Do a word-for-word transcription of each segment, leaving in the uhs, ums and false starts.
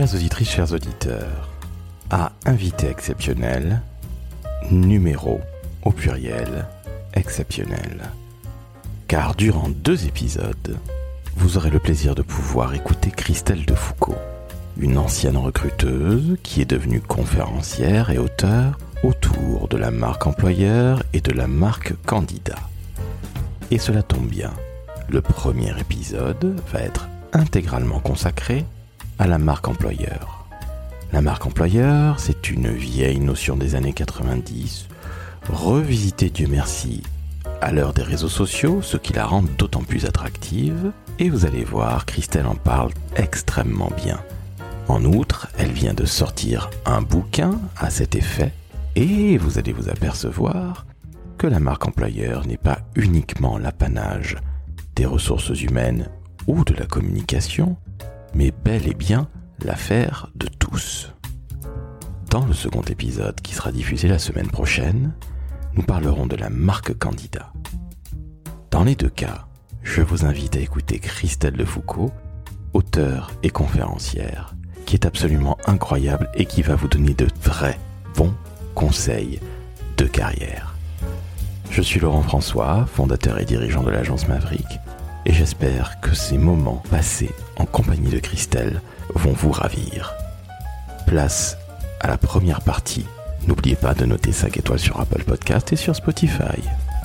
Chères auditrices, chers auditeurs, à invité exceptionnel, numéro au pluriel exceptionnel. Car durant deux épisodes, vous aurez le plaisir de pouvoir écouter Christelle Defoucault, une ancienne recruteuse qui est devenue conférencière et auteure autour de la marque employeur et de la marque candidat. Et cela tombe bien, le premier épisode va être intégralement consacré à la marque employeur. La marque employeur, c'est une vieille notion des années quatre-vingt-dix, revisitée, Dieu merci, à l'heure des réseaux sociaux, ce qui la rend d'autant plus attractive, et vous allez voir, Christelle en parle extrêmement bien. En outre, elle vient de sortir un bouquin à cet effet, et vous allez vous apercevoir que la marque employeur n'est pas uniquement l'apanage des ressources humaines ou de la communication, mais bel et bien l'affaire de tous. Dans le second épisode qui sera diffusé la semaine prochaine, nous parlerons de la marque candidat. Dans les deux cas, je vous invite à écouter Christelle Defoucault, auteure et conférencière, qui est absolument incroyable et qui va vous donner de vrais bons conseils de carrière. Je suis Laurent François, fondateur et dirigeant de l'agence Maverick, et j'espère que ces moments passés en compagnie de Christelle vont vous ravir. Place à la première partie. N'oubliez pas de noter cinq étoiles sur Apple Podcast et sur Spotify.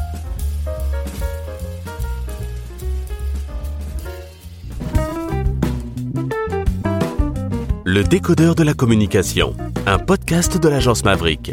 Le décodeur de la communication, un podcast de l'agence Maverick.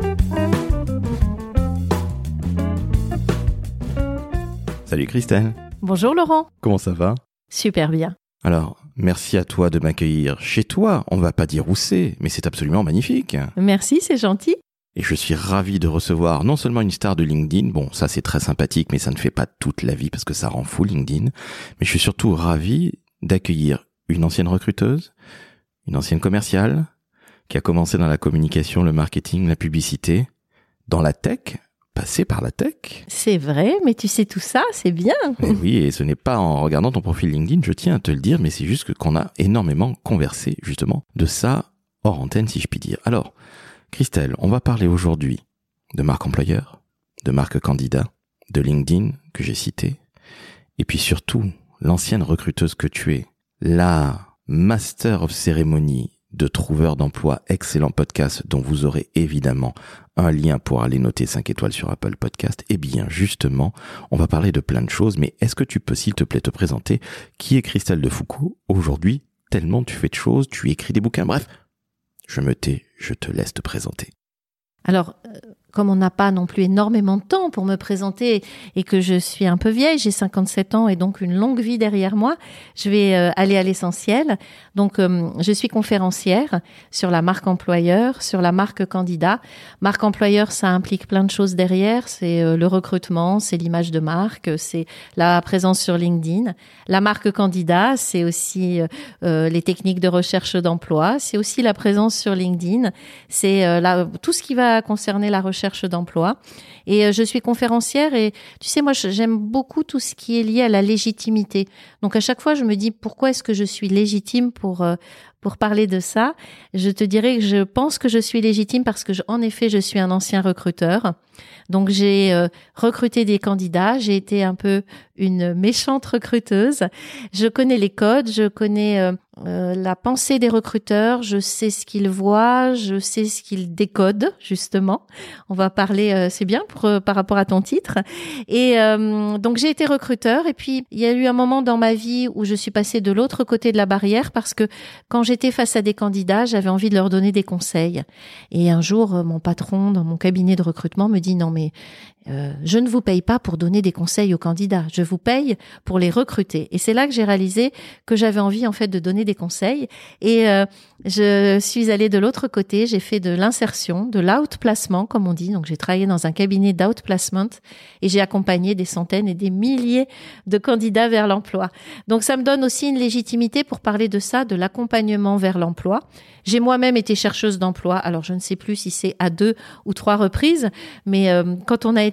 Salut Christelle. Bonjour Laurent. Comment ça va ? Super bien. Alors, merci à toi de m'accueillir chez toi. On va pas dire où c'est, mais c'est absolument magnifique. Merci, c'est gentil. Et je suis ravi de recevoir non seulement une star de LinkedIn, bon ça c'est très sympathique, mais ça ne fait pas toute la vie parce que ça rend fou LinkedIn, mais je suis surtout ravi d'accueillir une ancienne recruteuse, une ancienne commerciale, qui a commencé dans la communication, le marketing, la publicité, dans la tech, passé par la tech. C'est vrai, mais tu sais tout ça, c'est bien. Et oui, et ce n'est pas en regardant ton profil LinkedIn, je tiens à te le dire, mais c'est juste que qu'on a énormément conversé, justement, de ça hors antenne, si je puis dire. Alors, Christelle, on va parler aujourd'hui de marque employeur, de marque candidat, de LinkedIn, que j'ai cité, et puis surtout, l'ancienne recruteuse que tu es, la Master of Ceremony de Trouveur d'emploi, excellent podcast dont vous aurez évidemment un lien pour aller noter cinq étoiles sur Apple Podcast. Eh bien, justement, on va parler de plein de choses, mais est-ce que tu peux, s'il te plaît, te présenter qui est Christelle Defoucault aujourd'hui, tellement tu fais de choses, tu écris des bouquins, bref, je me tais, je te laisse te présenter. Alors, euh, comme on n'a pas non plus énormément de temps pour me présenter et que je suis un peu vieille, j'ai cinquante-sept ans et donc une longue vie derrière moi, je vais euh, aller à l'essentiel. Donc, euh, je suis conférencière sur la marque employeur, sur la marque candidat. Marque employeur, ça implique plein de choses derrière. C'est euh, le recrutement, c'est l'image de marque, c'est la présence sur LinkedIn. La marque candidat, c'est aussi euh, les techniques de recherche d'emploi, c'est aussi la présence sur LinkedIn, c'est euh, la, tout ce qui va concerner la recherche d'emploi. Et euh, je suis conférencière et tu sais, moi, j'aime beaucoup tout ce qui est lié à la légitimité. Donc, à chaque fois, je me dis, pourquoi est-ce que je suis légitime pour euh, pour parler de ça? Je te dirais que je pense que je suis légitime parce que, je, en effet, je suis un ancien recruteur. Donc, j'ai euh, recruté des candidats. J'ai été un peu une méchante recruteuse. Je connais les codes, je connais euh, euh, la pensée des recruteurs. Je sais ce qu'ils voient, je sais ce qu'ils décodent, justement. On va parler, euh, c'est bien pour, euh, par rapport à ton titre. Et euh, donc, j'ai été recruteur. Et puis, il y a eu un moment dans ma vie où je suis passée de l'autre côté de la barrière parce que quand j'étais face à des candidats, j'avais envie de leur donner des conseils. Et un jour, euh, mon patron dans mon cabinet de recrutement me dit « Non, mais euh, je ne vous paye pas pour donner des conseils aux candidats. Je vous paye pour les recruter. » Et c'est là que j'ai réalisé que j'avais envie en fait de donner des conseils. Et euh, je suis allée de l'autre côté. J'ai fait de l'insertion, de l'outplacement, comme on dit. Donc j'ai travaillé dans un cabinet d'outplacement et j'ai accompagné des centaines et des milliers de candidats vers l'emploi. Donc ça me donne aussi une légitimité pour parler de ça, de l'accompagnement vers l'emploi. J'ai moi-même été chercheuse d'emploi. Alors je ne sais plus si c'est à deux ou trois reprises, mais euh, quand on a été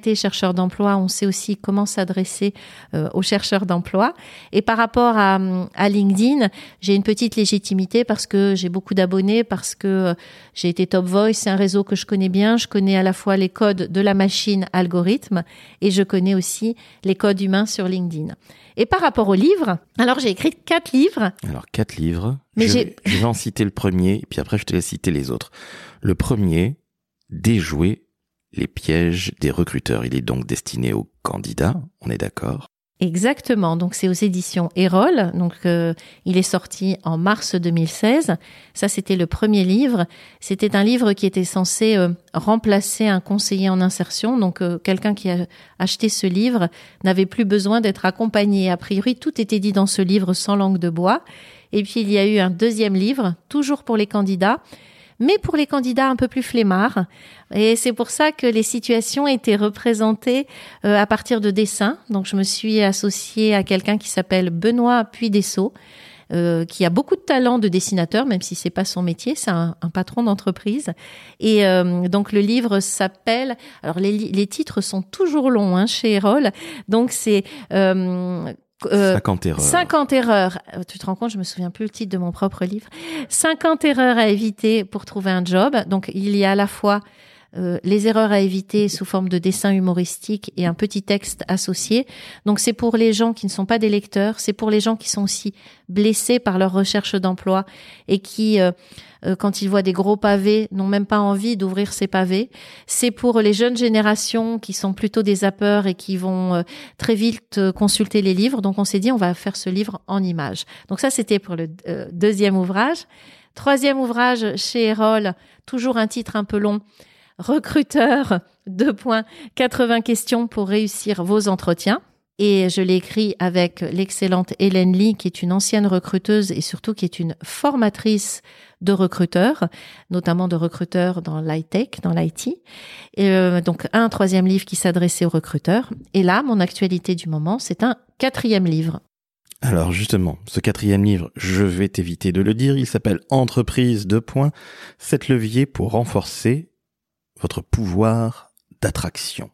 été chercheur d'emploi, on sait aussi comment s'adresser euh, aux chercheurs d'emploi. Et par rapport à, à LinkedIn, j'ai une petite légitimité parce que j'ai beaucoup d'abonnés, parce que j'ai été Top Voice, c'est un réseau que je connais bien. Je connais à la fois les codes de la machine algorithme et je connais aussi les codes humains sur LinkedIn. Et par rapport aux livres, alors j'ai écrit quatre livres. Alors quatre livres, Mais je, j'ai... vais, je vais en citer le premier et puis après je te laisse citer les autres. Le premier, Déjouer les pièges des recruteurs. Il est donc destiné aux candidats, on est d'accord? Exactement, donc c'est aux éditions Erol, donc euh, il est sorti en mars deux mille seize. Ça, c'était le premier livre. C'était un livre qui était censé euh, remplacer un conseiller en insertion, donc euh, quelqu'un qui a acheté ce livre n'avait plus besoin d'être accompagné. A priori, tout était dit dans ce livre sans langue de bois. Et puis il y a eu un deuxième livre, toujours pour les candidats, mais pour les candidats un peu plus flemmards. Et c'est pour ça que les situations étaient représentées euh, à partir de dessins. Donc, je me suis associée à quelqu'un qui s'appelle Benoît Puydesseaux, euh, qui a beaucoup de talent de dessinateur, même si c'est pas son métier, c'est un, un patron d'entreprise. Et euh, donc, le livre s'appelle... Alors, les, les titres sont toujours longs hein, chez Erol. Donc, c'est... Euh, Euh, cinquante erreurs. cinquante erreurs. Tu te rends compte, je me souviens plus le titre de mon propre livre. cinquante erreurs à éviter pour trouver un job. Donc, il y a à la fois euh, les erreurs à éviter sous forme de dessin humoristique et un petit texte associé. Donc, c'est pour les gens qui ne sont pas des lecteurs. C'est pour les gens qui sont aussi blessés par leur recherche d'emploi et qui... Euh, quand ils voient des gros pavés, n'ont même pas envie d'ouvrir ces pavés. C'est pour les jeunes générations qui sont plutôt des zappeurs et qui vont très vite consulter les livres. Donc, on s'est dit, on va faire ce livre en images. Donc, ça, c'était pour le euh, deuxième ouvrage. Troisième ouvrage chez Erol, toujours un titre un peu long. Recruteur, deux points, quatre-vingts questions pour réussir vos entretiens. Et je l'ai écrit avec l'excellente Hélène Lee, qui est une ancienne recruteuse et surtout qui est une formatrice de recruteurs, notamment de recruteurs dans l'high-tech, dans l'I T. Et euh, donc, un troisième livre qui s'adressait aux recruteurs. Et là, mon actualité du moment, c'est un quatrième livre. Alors justement, ce quatrième livre, je vais t'éviter de le dire, il s'appelle Entreprise, deux points, sept leviers pour renforcer votre pouvoir d'attraction.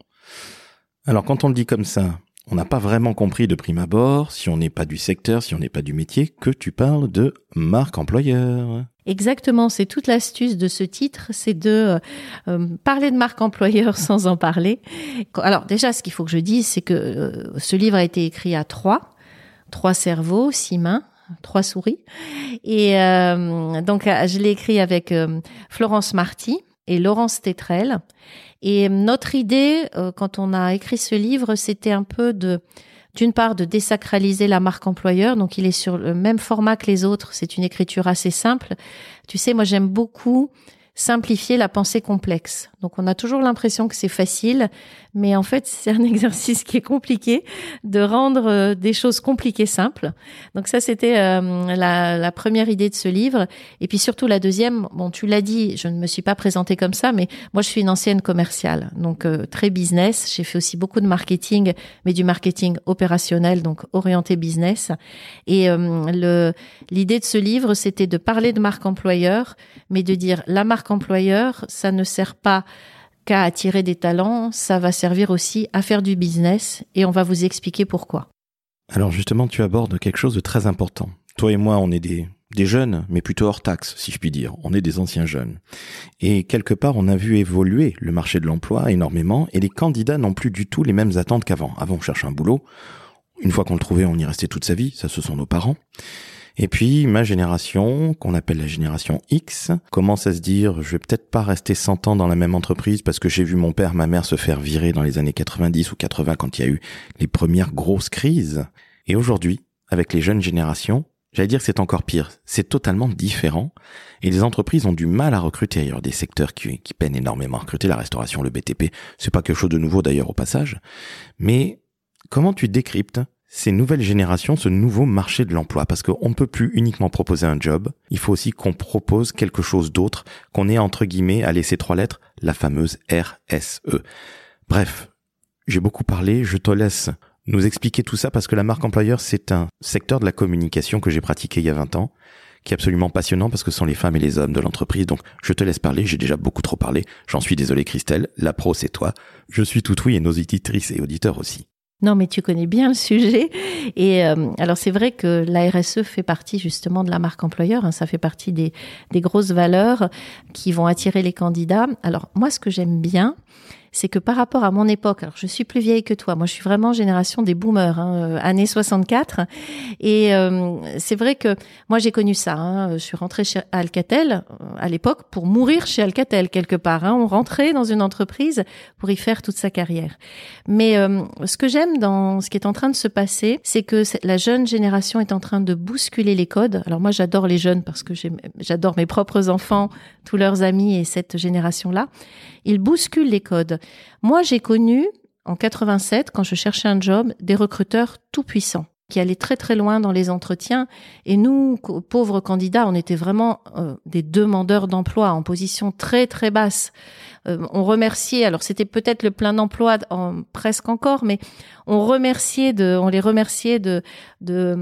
Alors quand on le dit comme ça, on n'a pas vraiment compris de prime abord, si on n'est pas du secteur, si on n'est pas du métier, que tu parles de marque employeur. Exactement, c'est toute l'astuce de ce titre, c'est de euh, parler de marque employeur sans en parler. Alors déjà, ce qu'il faut que je dise, c'est que euh, ce livre a été écrit à trois, trois cerveaux, six mains, trois souris. Et euh, donc, je l'ai écrit avec euh, Florence Marty et Laurence Tétrel. Et notre idée, euh, quand on a écrit ce livre, c'était un peu de, d'une part, de désacraliser la marque employeur. Donc, il est sur le même format que les autres. C'est une écriture assez simple. Tu sais, moi, j'aime beaucoup simplifier la pensée complexe. Donc, on a toujours l'impression que c'est facile, mais en fait, c'est un exercice qui est compliqué de rendre euh, des choses compliquées simples. Donc, ça, c'était euh, la, la première idée de ce livre. Et puis, surtout, la deuxième, bon, tu l'as dit, je ne me suis pas présentée comme ça, mais moi, je suis une ancienne commerciale, donc euh, très business. J'ai fait aussi beaucoup de marketing, mais du marketing opérationnel, donc orienté business. Et euh, le, l'idée de ce livre, c'était de parler de marque employeur, mais de dire la marque employeur, ça ne sert pas qu'à attirer des talents, ça va servir aussi à faire du business et on va vous expliquer pourquoi. Alors justement, tu abordes quelque chose de très important. Toi et moi, on est des, des jeunes, mais plutôt hors taxe, si je puis dire. On est des anciens jeunes. Et quelque part, on a vu évoluer le marché de l'emploi énormément et les candidats n'ont plus du tout les mêmes attentes qu'avant. Avant, on cherchait un boulot. Une fois qu'on le trouvait, on y restait toute sa vie. Ça, ce sont nos parents. Et puis, ma génération, qu'on appelle la génération X, commence à se dire, je vais peut-être pas rester cent ans dans la même entreprise parce que j'ai vu mon père, ma mère se faire virer dans les années quatre-vingt-dix ou quatre-vingts quand il y a eu les premières grosses crises. Et aujourd'hui, avec les jeunes générations, j'allais dire que c'est encore pire. C'est totalement différent. Et les entreprises ont du mal à recruter. Il y a des secteurs qui, qui peinent énormément à recruter. La restauration, le B T P, c'est pas quelque chose de nouveau d'ailleurs au passage. Mais comment tu décryptes ces nouvelles générations, ce nouveau marché de l'emploi? Parce qu'on ne peut plus uniquement proposer un job, il faut aussi qu'on propose quelque chose d'autre, qu'on ait entre guillemets, allez, ces trois lettres, la fameuse R S E. Bref, j'ai beaucoup parlé, je te laisse nous expliquer tout ça parce que la marque employeur, c'est un secteur de la communication que j'ai pratiqué il y a vingt ans, qui est absolument passionnant parce que ce sont les femmes et les hommes de l'entreprise. Donc, je te laisse parler. J'ai déjà beaucoup trop parlé. J'en suis désolé, Christelle. La pro, c'est toi. Je suis tout oui et nos auditrices et auditeurs aussi. Non, mais tu connais bien le sujet. Et euh, alors, c'est vrai que la R S E fait partie justement de la marque employeur. Hein, ça fait partie des, des grosses valeurs qui vont attirer les candidats. Alors, moi, ce que j'aime bien, c'est que par rapport à mon époque, alors je suis plus vieille que toi, moi je suis vraiment génération des boomers, hein, année soixante-quatre, et euh, c'est vrai que moi j'ai connu ça, hein, je suis rentrée chez Alcatel à l'époque pour mourir chez Alcatel quelque part, hein, on rentrait dans une entreprise pour y faire toute sa carrière. Mais euh, ce que j'aime dans ce qui est en train de se passer, c'est que la jeune génération est en train de bousculer les codes. Alors moi j'adore les jeunes parce que j'aime, j'adore mes propres enfants, tous leurs amis et cette génération-là. Ils bousculent les codes. Moi, j'ai connu, en quatre-vingt-sept, quand je cherchais un job, des recruteurs tout puissants, qui allaient très très loin dans les entretiens. Et nous, pauvres candidats, on était vraiment euh, des demandeurs d'emploi en position très très basse. Euh, on remerciait, alors c'était peut-être le plein d'emploi en, presque encore, mais on remerciait de, on les remerciait de, de,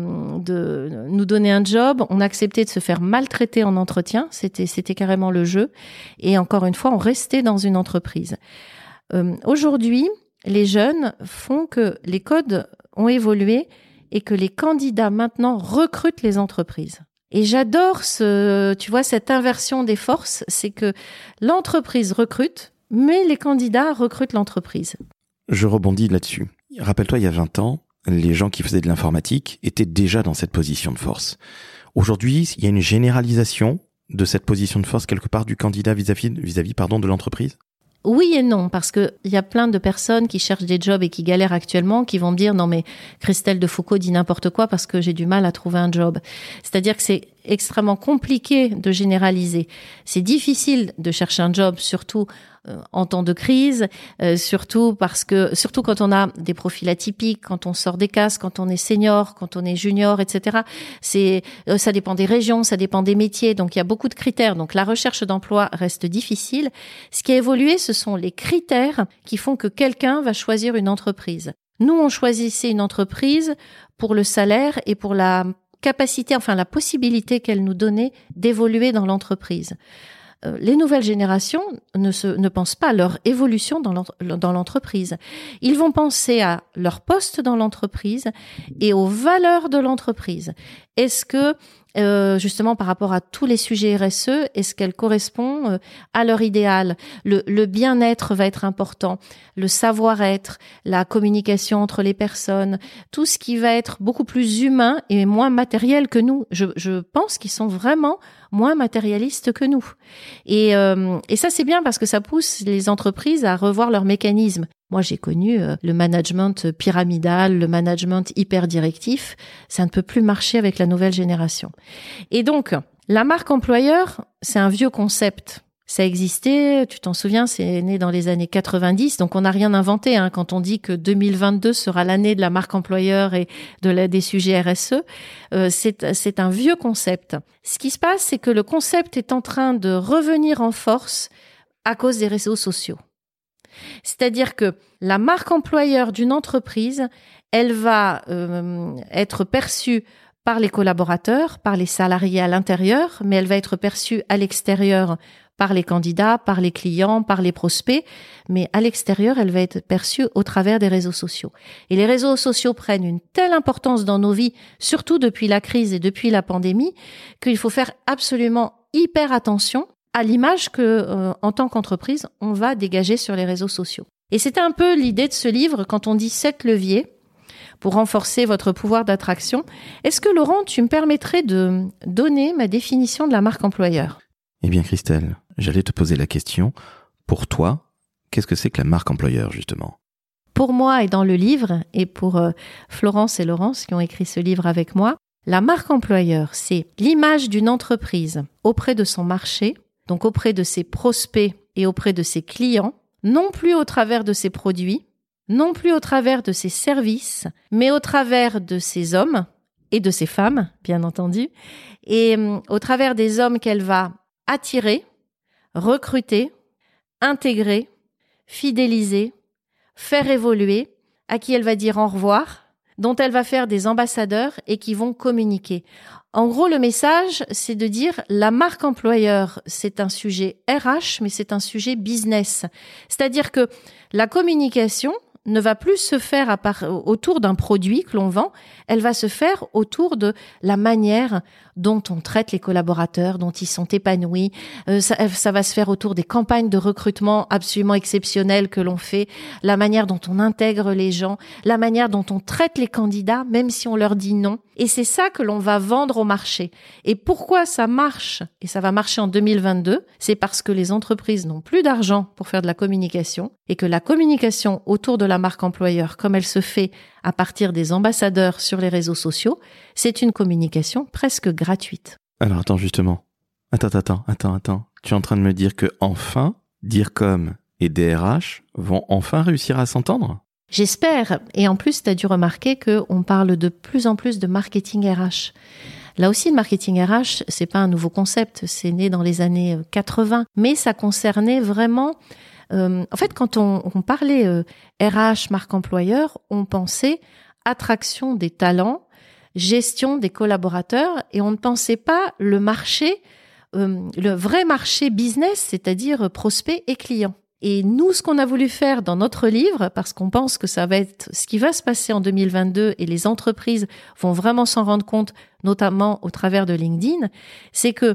de nous donner un job. On acceptait de se faire maltraiter en entretien. C'était, c'était carrément le jeu. Et encore une fois, on restait dans une entreprise. Euh, aujourd'hui, les jeunes font que les codes ont évolué et que les candidats maintenant recrutent les entreprises. Et j'adore ce, tu vois, cette inversion des forces, c'est que l'entreprise recrute, mais les candidats recrutent l'entreprise. Je rebondis là-dessus. Rappelle-toi, il y a vingt ans, les gens qui faisaient de l'informatique étaient déjà dans cette position de force. Aujourd'hui, il y a une généralisation de cette position de force quelque part du candidat vis-à-vis, vis-à-vis, pardon, de l'entreprise? Oui et non, parce que il y a plein de personnes qui cherchent des jobs et qui galèrent actuellement, qui vont me dire non mais Christelle Defoucauld dit n'importe quoi parce que j'ai du mal à trouver un job. C'est-à-dire que c'est extrêmement compliqué de généraliser. C'est difficile de chercher un job, surtout euh, en temps de crise, euh, surtout parce que, surtout quand on a des profils atypiques, quand on sort des cases, quand on est senior, quand on est junior, et cetera. C'est, euh, ça dépend des régions, ça dépend des métiers, donc il y a beaucoup de critères. Donc la recherche d'emploi reste difficile. Ce qui a évolué, ce sont les critères qui font que quelqu'un va choisir une entreprise. Nous, on choisissait une entreprise pour le salaire et pour la capacité, enfin la possibilité qu'elle nous donnait d'évoluer dans l'entreprise. Euh, les nouvelles générations ne, se, ne pensent pas à leur évolution dans, dans l'entreprise. Ils vont penser à leur poste dans l'entreprise et aux valeurs de l'entreprise. Est-ce que, euh, justement, par rapport à tous les sujets R S E, est-ce qu'elle correspond euh, à leur idéal? Le, le bien-être va être important, le savoir-être, la communication entre les personnes, tout ce qui va être beaucoup plus humain et moins matériel que nous. Je, je pense qu'ils sont vraiment moins matérialistes que nous. Et, euh, et ça, c'est bien parce que ça pousse les entreprises à revoir leurs mécanismes. Moi, j'ai connu euh, le management pyramidal, le management hyper directif. Ça ne peut plus marcher avec la nouvelle génération. Et donc, la marque employeur, c'est un vieux concept. Ça existait, tu t'en souviens, c'est né dans les années quatre-vingt-dix, donc on n'a rien inventé hein, quand on dit que deux mille vingt-deux sera l'année de la marque employeur et de la, des sujets R S E. Euh, c'est, c'est un vieux concept. Ce qui se passe, c'est que le concept est en train de revenir en force à cause des réseaux sociaux. C'est-à-dire que la marque employeur d'une entreprise, elle va euh, être perçue par les collaborateurs, par les salariés à l'intérieur, mais elle va être perçue à l'extérieur par les candidats, par les clients, par les prospects, mais à l'extérieur, elle va être perçue au travers des réseaux sociaux. Et les réseaux sociaux prennent une telle importance dans nos vies, surtout depuis la crise et depuis la pandémie, qu'il faut faire absolument hyper attention à l'image que, euh, en tant qu'entreprise, on va dégager sur les réseaux sociaux. Et c'était un peu l'idée de ce livre quand on dit sept leviers pour renforcer votre pouvoir d'attraction. Est-ce que, Laurent, tu me permettrais de donner ma définition de la marque employeur ? Eh bien, Christelle, j'allais te poser la question. Pour toi, qu'est-ce que c'est que la marque employeur, justement ? Pour moi et dans le livre, et pour euh, Florence et Laurence qui ont écrit ce livre avec moi, la marque employeur, c'est l'image d'une entreprise auprès de son marché, donc auprès de ses prospects et auprès de ses clients, non plus au travers de ses produits, non plus au travers de ses services, mais au travers de ses hommes et de ses femmes, bien entendu, et euh, au travers des hommes qu'elle va attirer, recruter, intégrer, fidéliser, faire évoluer à qui elle va dire au revoir, dont elle va faire des ambassadeurs et qui vont communiquer. En gros, le message, c'est de dire la marque employeur, c'est un sujet R H, mais c'est un sujet business. C'est-à-dire que la communication ne va plus se faire à part, autour d'un produit que l'on vend, elle va se faire autour de la manière dont on traite les collaborateurs, dont ils sont épanouis. Euh, ça, ça va se faire autour des campagnes de recrutement absolument exceptionnelles que l'on fait, la manière dont on intègre les gens, la manière dont on traite les candidats, même si on leur dit non. Et c'est ça que l'on va vendre au marché. Et pourquoi ça marche, et ça va marcher en deux mille vingt-deux, c'est parce que les entreprises n'ont plus d'argent pour faire de la communication et que la communication autour de la marque employeur, comme elle se fait à partir des ambassadeurs sur les réseaux sociaux, c'est une communication presque gratuite. Alors attends justement, attends, attends, attends, attends. Tu es en train de me dire que enfin, DIRCOM et D R H vont enfin réussir à s'entendre ? J'espère. Et en plus, tu as dû remarquer qu'on parle de plus en plus de marketing R H. Là aussi, le marketing R H, c'est pas un nouveau concept, c'est né dans les années quatre-vingts, mais ça concernait vraiment... Euh, en fait, quand on, on parlait euh, R H, marque employeur, on pensait attraction des talents, gestion des collaborateurs, et on ne pensait pas le marché, euh, le vrai marché business, c'est-à-dire prospect et client. Et nous, ce qu'on a voulu faire dans notre livre, parce qu'on pense que ça va être ce qui va se passer en deux mille vingt-deux et les entreprises vont vraiment s'en rendre compte, notamment au travers de LinkedIn, c'est que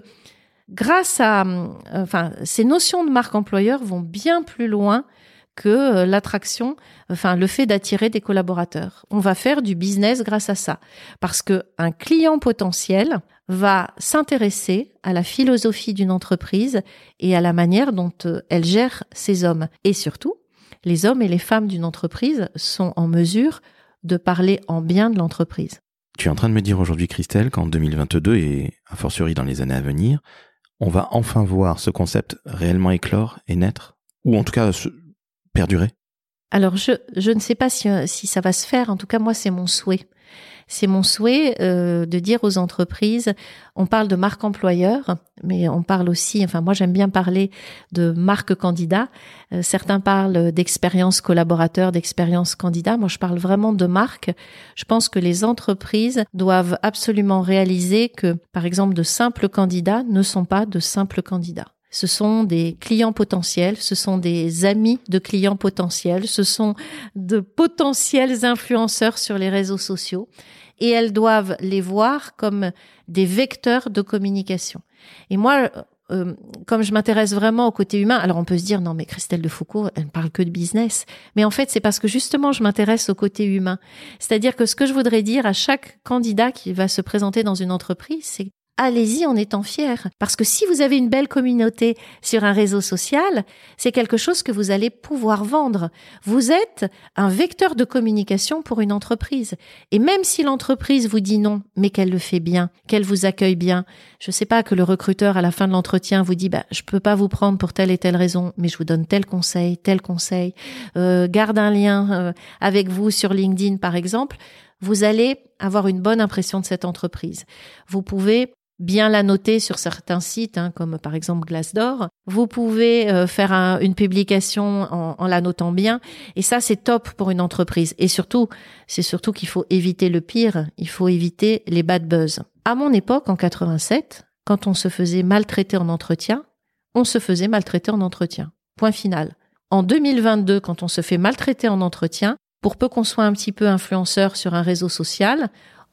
grâce à, enfin, ces notions de marque employeur vont bien plus loin que l'attraction, enfin, le fait d'attirer des collaborateurs. On va faire du business grâce à ça. Parce que un client potentiel va s'intéresser à la philosophie d'une entreprise et à la manière dont elle gère ses hommes. Et surtout, les hommes et les femmes d'une entreprise sont en mesure de parler en bien de l'entreprise. Tu es en train de me dire aujourd'hui, Christelle, qu'en deux mille vingt-deux et a fortiori dans les années à venir, on va enfin voir ce concept réellement éclore et naître, ou en tout cas se perdurer? Alors, je, je ne sais pas si, si ça va se faire. En tout cas, moi, c'est mon souhait. C'est mon souhait euh, de dire aux entreprises, on parle de marque employeur, mais on parle aussi, enfin moi j'aime bien parler de marque candidat. Euh, certains parlent d'expérience collaborateur, d'expérience candidat. Moi je parle vraiment de marque. Je pense que les entreprises doivent absolument réaliser que, par exemple, de simples candidats ne sont pas de simples candidats. Ce sont des clients potentiels, ce sont des amis de clients potentiels, ce sont de potentiels influenceurs sur les réseaux sociaux et elles doivent les voir comme des vecteurs de communication. Et moi, euh, comme je m'intéresse vraiment au côté humain, alors on peut se dire non mais Christelle Defoucauld, elle ne parle que de business, mais en fait c'est parce que justement je m'intéresse au côté humain. C'est-à-dire que ce que je voudrais dire à chaque candidat qui va se présenter dans une entreprise, c'est allez-y en étant fiers. Parce que si vous avez une belle communauté sur un réseau social, c'est quelque chose que vous allez pouvoir vendre. Vous êtes un vecteur de communication pour une entreprise. Et même si l'entreprise vous dit non, mais qu'elle le fait bien, qu'elle vous accueille bien, je sais pas, que le recruteur à la fin de l'entretien vous dit bah, je peux pas vous prendre pour telle et telle raison, mais je vous donne tel conseil, tel conseil, euh, garde un lien euh, avec vous sur LinkedIn par exemple, vous allez avoir une bonne impression de cette entreprise. Vous pouvez bien la noter sur certains sites, hein, comme par exemple Glassdoor. Vous pouvez euh, faire un, une publication en, en la notant bien. Et ça, c'est top pour une entreprise. Et surtout, c'est surtout qu'il faut éviter le pire. Il faut éviter les bad buzz. À mon époque, en quatre-vingt-sept, quand on se faisait maltraiter en entretien, on se faisait maltraiter en entretien. Point final. En deux mille vingt-deux, quand on se fait maltraiter en entretien, pour peu qu'on soit un petit peu influenceur sur un réseau social,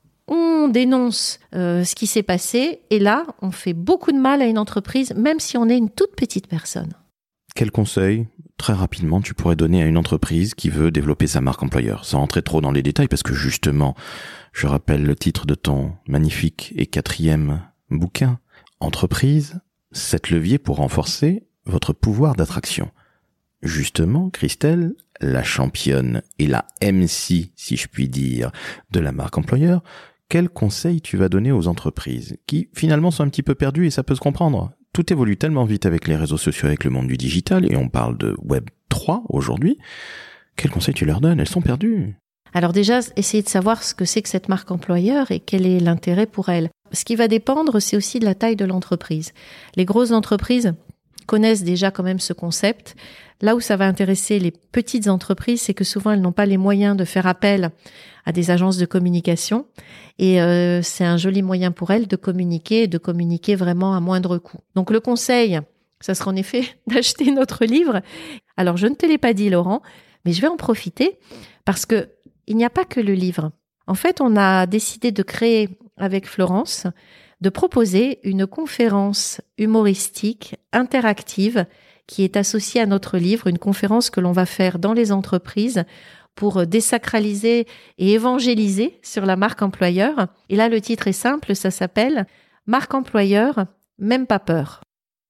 on dénonce euh, ce qui s'est passé et là, on fait beaucoup de mal à une entreprise, même si on est une toute petite personne. Quel conseil, très rapidement, tu pourrais donner à une entreprise qui veut développer sa marque employeur, sans rentrer trop dans les détails, parce que justement, je rappelle le titre de ton magnifique et quatrième bouquin, Entreprise, sept leviers pour renforcer votre pouvoir d'attraction. Justement, Christelle, la championne et la M C, si je puis dire, de la marque employeur, quel conseil tu vas donner aux entreprises qui, finalement, sont un petit peu perdues et ça peut se comprendre. Tout évolue tellement vite avec les réseaux sociaux, avec le monde du digital, et on parle de Web trois aujourd'hui. Quel conseil tu leur donnes? Elles sont perdues. Alors déjà, essayer de savoir ce que c'est que cette marque employeur et quel est l'intérêt pour elle. Ce qui va dépendre, c'est aussi de la taille de l'entreprise. Les grosses entreprises, connaissent déjà quand même ce concept. Là où ça va intéresser les petites entreprises, c'est que souvent elles n'ont pas les moyens de faire appel à des agences de communication et euh, c'est un joli moyen pour elles de communiquer et de communiquer vraiment à moindre coût. Donc le conseil, ça sera en effet d'acheter notre livre. Alors je ne te l'ai pas dit Laurent, mais je vais en profiter parce que il n'y a pas que le livre. En fait, on a décidé de créer avec Florence, de proposer une conférence humoristique interactive qui est associée à notre livre, une conférence que l'on va faire dans les entreprises pour désacraliser et évangéliser sur la marque employeur. Et là, le titre est simple, ça s'appelle « Marque employeur, même pas peur ».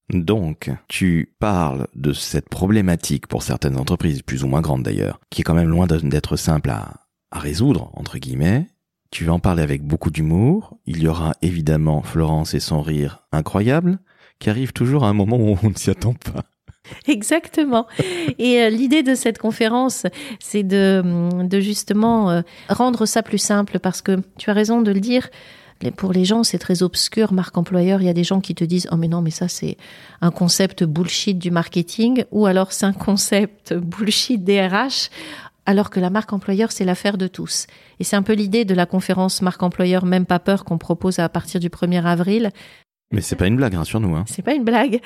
Donc, tu parles de cette problématique pour certaines entreprises, plus ou moins grandes d'ailleurs, qui est quand même loin d'être simple à, à résoudre, entre guillemets. Tu vas en parler avec beaucoup d'humour. Il y aura évidemment Florence et son rire incroyable, qui arrive toujours à un moment où on ne s'y attend pas. Exactement. Et euh, l'idée de cette conférence, c'est de, de justement euh, rendre ça plus simple, parce que tu as raison de le dire, pour les gens, c'est très obscur, marque employeur. Il y a des gens qui te disent « Oh mais non, mais ça c'est un concept bullshit du marketing » ou alors c'est un concept bullshit des R H, alors que la marque employeur, c'est l'affaire de tous. Et c'est un peu l'idée de la conférence marque employeur, même pas peur, qu'on propose à partir du premier avril. Mais c'est pas une blague, hein, sur nous. Hein. C'est pas une blague.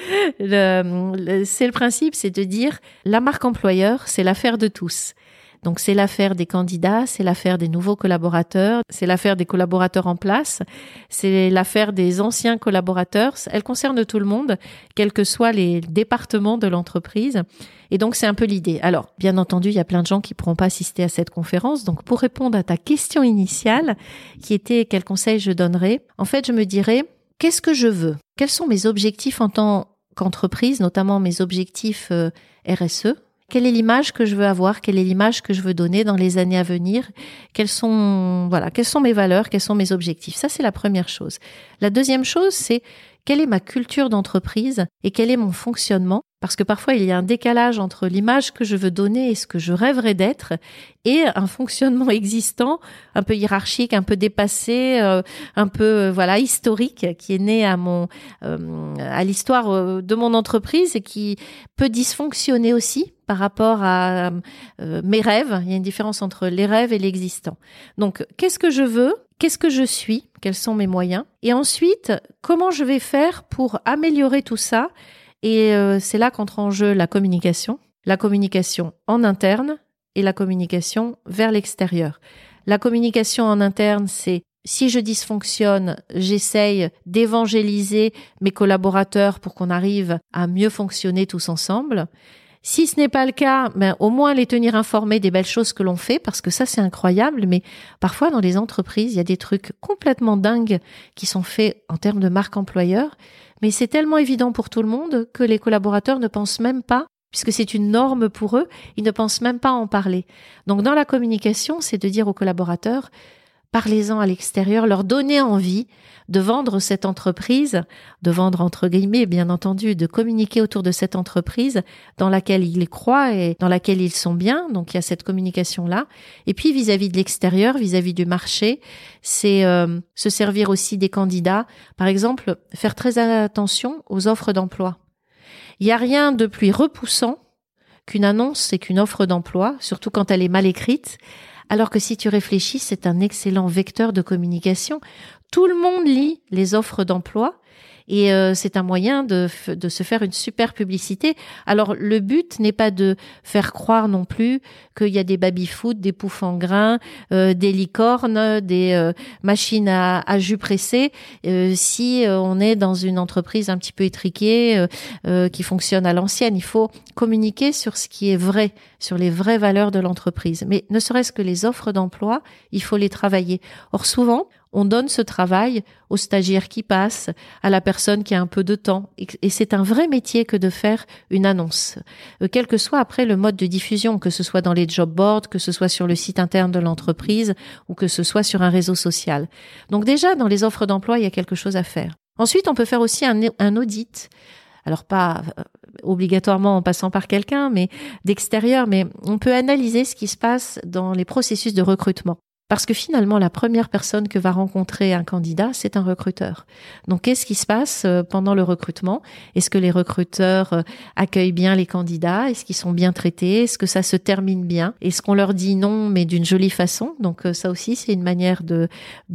Le, le, c'est le principe, c'est de dire la marque employeur, c'est l'affaire de tous. Donc c'est l'affaire des candidats, c'est l'affaire des nouveaux collaborateurs, c'est l'affaire des collaborateurs en place, c'est l'affaire des anciens collaborateurs. Elle concerne tout le monde, quels que soient les départements de l'entreprise. Et donc c'est un peu l'idée. Alors bien entendu, il y a plein de gens qui pourront pas assister à cette conférence. Donc pour répondre à ta question initiale, qui était quel conseil je donnerais, en fait je me dirais qu'est-ce que je veux ? Quels sont mes objectifs en tant qu'entreprise, notamment mes objectifs euh, R S E ? Quelle est l'image que je veux avoir ? Quelle est l'image que je veux donner dans les années à venir ? Quelles sont, voilà, quelles sont mes valeurs ? Quels sont mes objectifs ? Ça, c'est la première chose. La deuxième chose, c'est quelle est ma culture d'entreprise et quel est mon fonctionnement ? Parce que parfois, il y a un décalage entre l'image que je veux donner et ce que je rêverais d'être et un fonctionnement existant, un peu hiérarchique, un peu dépassé, euh, un peu euh, voilà historique, qui est né à mon euh, à l'histoire euh, de mon entreprise et qui peut dysfonctionner aussi par rapport à euh, mes rêves. Il y a une différence entre les rêves et l'existant. Donc, qu'est-ce que je veux ? Qu'est-ce que je suis ? Quels sont mes moyens ? Et ensuite, comment je vais faire pour améliorer tout ça ? Et euh, c'est là qu'entre en jeu la communication, la communication en interne et la communication vers l'extérieur. La communication en interne, c'est si je dysfonctionne, j'essaye d'évangéliser mes collaborateurs pour qu'on arrive à mieux fonctionner tous ensemble. Si ce n'est pas le cas, ben, au moins les tenir informés des belles choses que l'on fait, parce que ça, c'est incroyable. Mais parfois, dans les entreprises, il y a des trucs complètement dingues qui sont faits en termes de marque employeur. Mais c'est tellement évident pour tout le monde que les collaborateurs ne pensent même pas, puisque c'est une norme pour eux, ils ne pensent même pas à en parler. Donc, dans la communication, c'est de dire aux collaborateurs, parlez-en à l'extérieur, leur donner envie de vendre cette entreprise, de vendre entre guillemets, bien entendu, de communiquer autour de cette entreprise dans laquelle ils croient et dans laquelle ils sont bien. Donc, il y a cette communication-là. Et puis, vis-à-vis de l'extérieur, vis-à-vis du marché, c'est euh, se servir aussi des candidats. Par exemple, faire très attention aux offres d'emploi. Il n'y a rien de plus repoussant qu'une annonce et qu'une offre d'emploi, surtout quand elle est mal écrite. Alors que si tu réfléchis, c'est un excellent vecteur de communication. Tout le monde lit les offres d'emploi et euh, c'est un moyen de, de se faire une super publicité. Alors, le but n'est pas de faire croire non plus qu'il y a des baby-foot, des poufs en grains, euh, des licornes, des euh, machines à, à jus pressé. Euh, si euh, on est dans une entreprise un petit peu étriquée, euh, euh, qui fonctionne à l'ancienne, il faut communiquer sur ce qui est vrai, sur les vraies valeurs de l'entreprise. Mais ne serait-ce que les offres d'emploi, il faut les travailler. Or, souvent, on donne ce travail aux stagiaires qui passent, à la personne qui a un peu de temps. Et c'est un vrai métier que de faire une annonce. Euh, quel que soit après le mode de diffusion, que ce soit dans les job boards, que ce soit sur le site interne de l'entreprise ou que ce soit sur un réseau social. Donc déjà, dans les offres d'emploi, il y a quelque chose à faire. Ensuite, on peut faire aussi un, un audit. Alors pas euh, obligatoirement en passant par quelqu'un, mais d'extérieur, mais on peut analyser ce qui se passe dans les processus de recrutement. Parce que finalement, la première personne que va rencontrer un candidat, c'est un recruteur. Donc, qu'est-ce qui se passe pendant le recrutement ? Est-ce que les recruteurs accueillent bien les candidats ? Est-ce qu'ils sont bien traités ? Est-ce que ça se termine bien ? Est-ce qu'on leur dit non, mais d'une jolie façon ? Donc, ça aussi, c'est une manière de,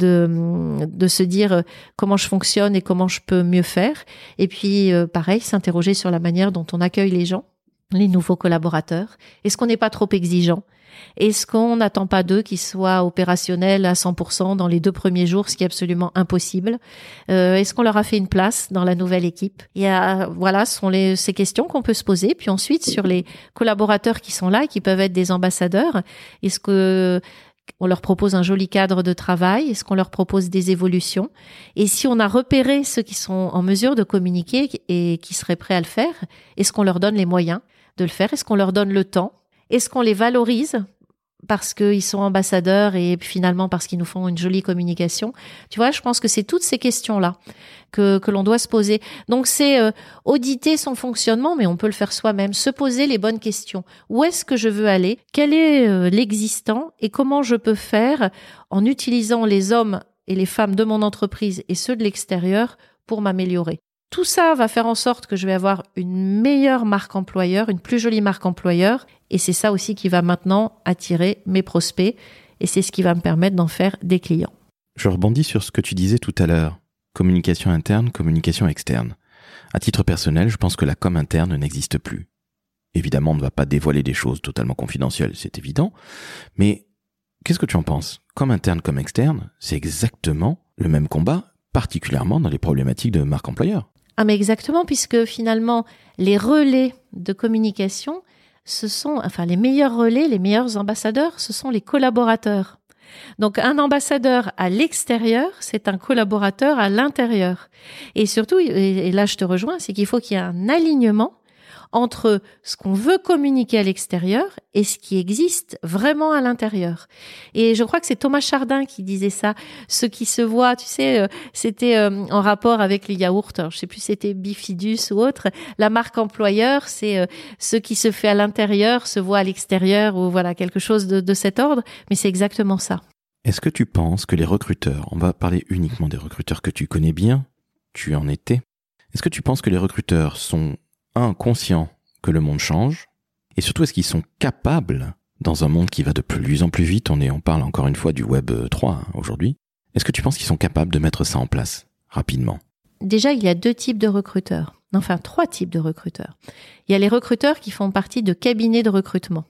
de, de se dire comment je fonctionne et comment je peux mieux faire. Et puis, pareil, s'interroger sur la manière dont on accueille les gens, les nouveaux collaborateurs. Est-ce qu'on n'est pas trop exigeant ? Est-ce qu'on n'attend pas d'eux qu'ils soient opérationnels à cent pour cent dans les deux premiers jours, ce qui est absolument impossible ? euh, Est-ce qu'on leur a fait une place dans la nouvelle équipe ? Il y a, voilà, ce sont les, ces questions qu'on peut se poser. Puis ensuite, sur les collaborateurs qui sont là et qui peuvent être des ambassadeurs, est-ce que on leur propose un joli cadre de travail? Est-ce qu'on leur propose des évolutions? Et si on a repéré ceux qui sont en mesure de communiquer et qui seraient prêts à le faire, est-ce qu'on leur donne les moyens de le faire? Est-ce qu'on leur donne le temps? Est-ce qu'on les valorise parce qu'ils sont ambassadeurs et finalement parce qu'ils nous font une jolie communication? Tu vois, je pense que c'est toutes ces questions-là que, que l'on doit se poser. Donc, c'est euh, auditer son fonctionnement, mais on peut le faire soi-même, se poser les bonnes questions. Où est-ce que je veux aller? Quel est euh, l'existant? Et comment je peux faire en utilisant les hommes et les femmes de mon entreprise et ceux de l'extérieur pour m'améliorer? Tout ça va faire en sorte que je vais avoir une meilleure marque employeur, une plus jolie marque employeur. Et c'est ça aussi qui va maintenant attirer mes prospects. Et c'est ce qui va me permettre d'en faire des clients. Je rebondis sur ce que tu disais tout à l'heure. Communication interne, communication externe. À titre personnel, je pense que la com interne n'existe plus. Évidemment, on ne va pas dévoiler des choses totalement confidentielles, c'est évident. Mais qu'est-ce que tu en penses? Com interne, com externe, c'est exactement le même combat, particulièrement dans les problématiques de marque employeur. Ah mais exactement, puisque finalement, les relais de communication, ce sont, enfin les meilleurs relais, les meilleurs ambassadeurs, ce sont les collaborateurs. Donc un ambassadeur à l'extérieur, c'est un collaborateur à l'intérieur. Et surtout, et là je te rejoins, c'est qu'il faut qu'il y ait un alignement entre ce qu'on veut communiquer à l'extérieur et ce qui existe vraiment à l'intérieur. Et je crois que c'est Thomas Chardin qui disait ça. Ce qui se voit, tu sais, euh, c'était euh, en rapport avec les yaourts. Alors, je sais plus si c'était Bifidus ou autre. La marque employeur, c'est euh, ce qui se fait à l'intérieur se voit à l'extérieur ou voilà, quelque chose de, de cet ordre. Mais c'est exactement ça. Est-ce que tu penses que les recruteurs, on va parler uniquement des recruteurs que tu connais bien, tu en étais, est-ce que tu penses que les recruteurs sont un, conscients que le monde change, et surtout est-ce qu'ils sont capables, dans un monde qui va de plus en plus vite, on, est, on parle encore une fois du web trois hein, aujourd'hui, est-ce que tu penses qu'ils sont capables de mettre ça en place rapidement? Déjà, il y a deux types de recruteurs, enfin trois types de recruteurs. Il y a les recruteurs qui font partie de cabinets de recrutement.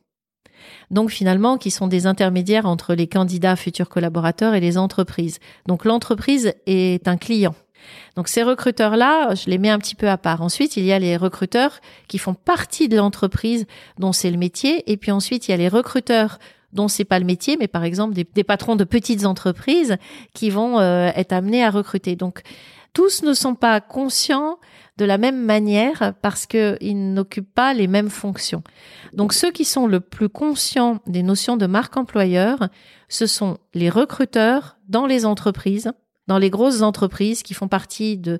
Donc finalement, qui sont des intermédiaires entre les candidats futurs collaborateurs et les entreprises. Donc l'entreprise est un client. Donc ces recruteurs-là, je les mets un petit peu à part. Ensuite, il y a les recruteurs qui font partie de l'entreprise dont c'est le métier. Et puis ensuite, il y a les recruteurs dont c'est pas le métier, mais par exemple des, des patrons de petites entreprises qui vont euh, être amenés à recruter. Donc tous ne sont pas conscients de la même manière parce qu'ils n'occupent pas les mêmes fonctions. Donc ceux qui sont le plus conscients des notions de marque employeur, ce sont les recruteurs dans les entreprises, dans les grosses entreprises qui font partie de,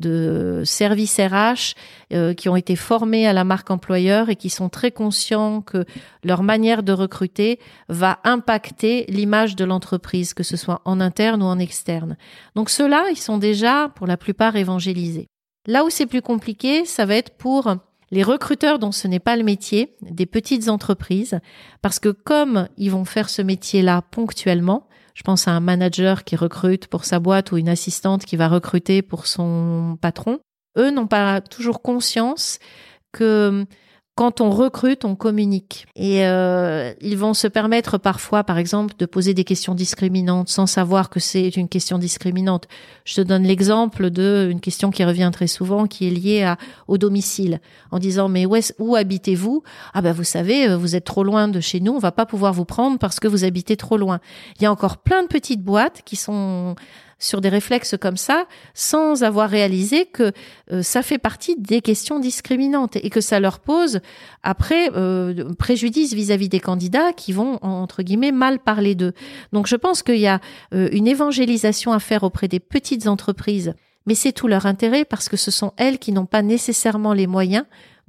de services R H, euh, qui ont été formés à la marque employeur et qui sont très conscients que leur manière de recruter va impacter l'image de l'entreprise, que ce soit en interne ou en externe. Donc ceux-là, ils sont déjà pour la plupart évangélisés. Là où c'est plus compliqué, ça va être pour les recruteurs dont ce n'est pas le métier, des petites entreprises, parce que comme ils vont faire ce métier-là ponctuellement, je pense à un manager qui recrute pour sa boîte ou une assistante qui va recruter pour son patron. Eux n'ont pas toujours conscience que quand on recrute, on communique. Et euh, ils vont se permettre parfois, par exemple, de poser des questions discriminantes sans savoir que c'est une question discriminante. Je te donne l'exemple d'une question qui revient très souvent, qui est liée à, au domicile, en disant « mais où, est, où habitez-vous » ? « Ah ben vous savez, vous êtes trop loin de chez nous, on va pas pouvoir vous prendre parce que vous habitez trop loin. » Il y a encore plein de petites boîtes qui sont sur des réflexes comme ça, sans avoir réalisé que euh, ça fait partie des questions discriminantes et que ça leur pose après euh, préjudice vis-à-vis des candidats qui vont, entre guillemets, mal parler d'eux. Donc je pense qu'il y a euh, une évangélisation à faire auprès des petites entreprises, mais c'est tout leur intérêt parce que ce sont elles qui n'ont pas nécessairement les moyens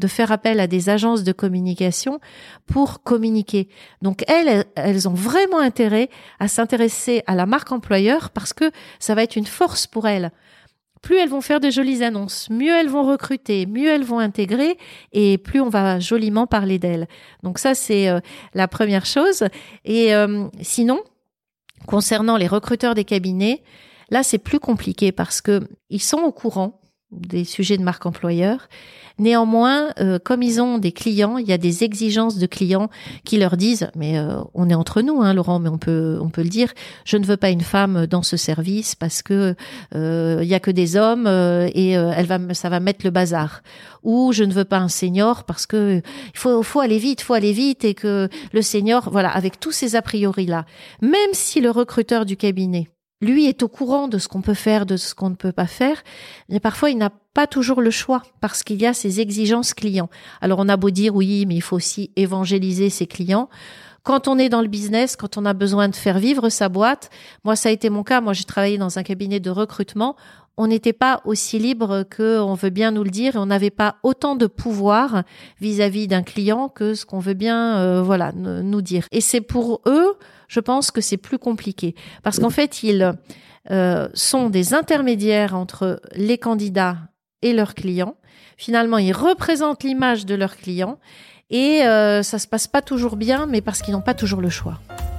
de faire appel à des agences de communication pour communiquer. Donc elles, elles ont vraiment intérêt à s'intéresser à la marque employeur parce que ça va être une force pour elles. Plus elles vont faire de jolies annonces, mieux elles vont recruter, mieux elles vont intégrer et plus on va joliment parler d'elles. Donc ça, c'est euh, la première chose. Et euh, sinon, concernant les recruteurs des cabinets, là, c'est plus compliqué parce que ils sont au courant des sujets de marque employeur. Néanmoins, euh, comme ils ont des clients, il y a des exigences de clients qui leur disent, mais euh, on est entre nous, hein, Laurent, mais on peut on peut le dire, je ne veux pas une femme dans ce service parce que euh, il y a que des hommes euh, et euh, elle va ça va mettre le bazar. Ou je ne veux pas un senior parce que il faut faut aller vite, faut aller vite et que le senior, voilà, avec tous ces a priori là, même si le recruteur du cabinet lui est au courant de ce qu'on peut faire, de ce qu'on ne peut pas faire, mais parfois il n'a pas toujours le choix parce qu'il y a ces exigences clients. Alors on a beau dire oui, mais il faut aussi évangéliser ses clients. Quand on est dans le business, quand on a besoin de faire vivre sa boîte, moi ça a été mon cas, moi j'ai travaillé dans un cabinet de recrutement, on n'était pas aussi libre qu'on veut bien nous le dire et on n'avait pas autant de pouvoir vis-à-vis d'un client que ce qu'on veut bien euh, voilà n- nous dire. Et c'est pour eux, je pense que c'est plus compliqué parce qu'en fait, ils euh, sont des intermédiaires entre les candidats et leurs clients. Finalement, ils représentent l'image de leurs clients et euh, ça se passe pas toujours bien, mais parce qu'ils n'ont pas toujours le choix.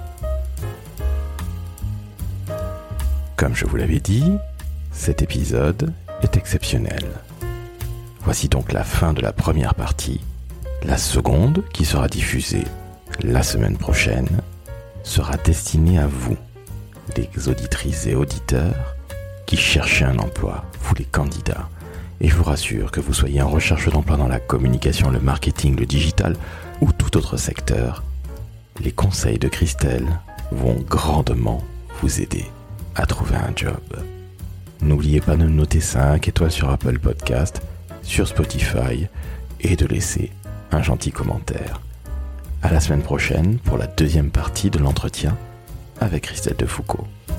Comme je vous l'avais dit, cet épisode est exceptionnel. Voici donc la fin de la première partie. La seconde, qui sera diffusée la semaine prochaine, sera destinée à vous, les auditrices et auditeurs qui cherchez un emploi, vous les candidats. Et je vous rassure que vous soyez en recherche d'emploi dans la communication, le marketing, le digital ou tout autre secteur, les conseils de Christelle vont grandement vous aider à trouver un job. N'oubliez pas de noter cinq étoiles sur Apple Podcast, sur Spotify et de laisser un gentil commentaire. À la semaine prochaine pour la deuxième partie de l'entretien avec Christelle Defoucault.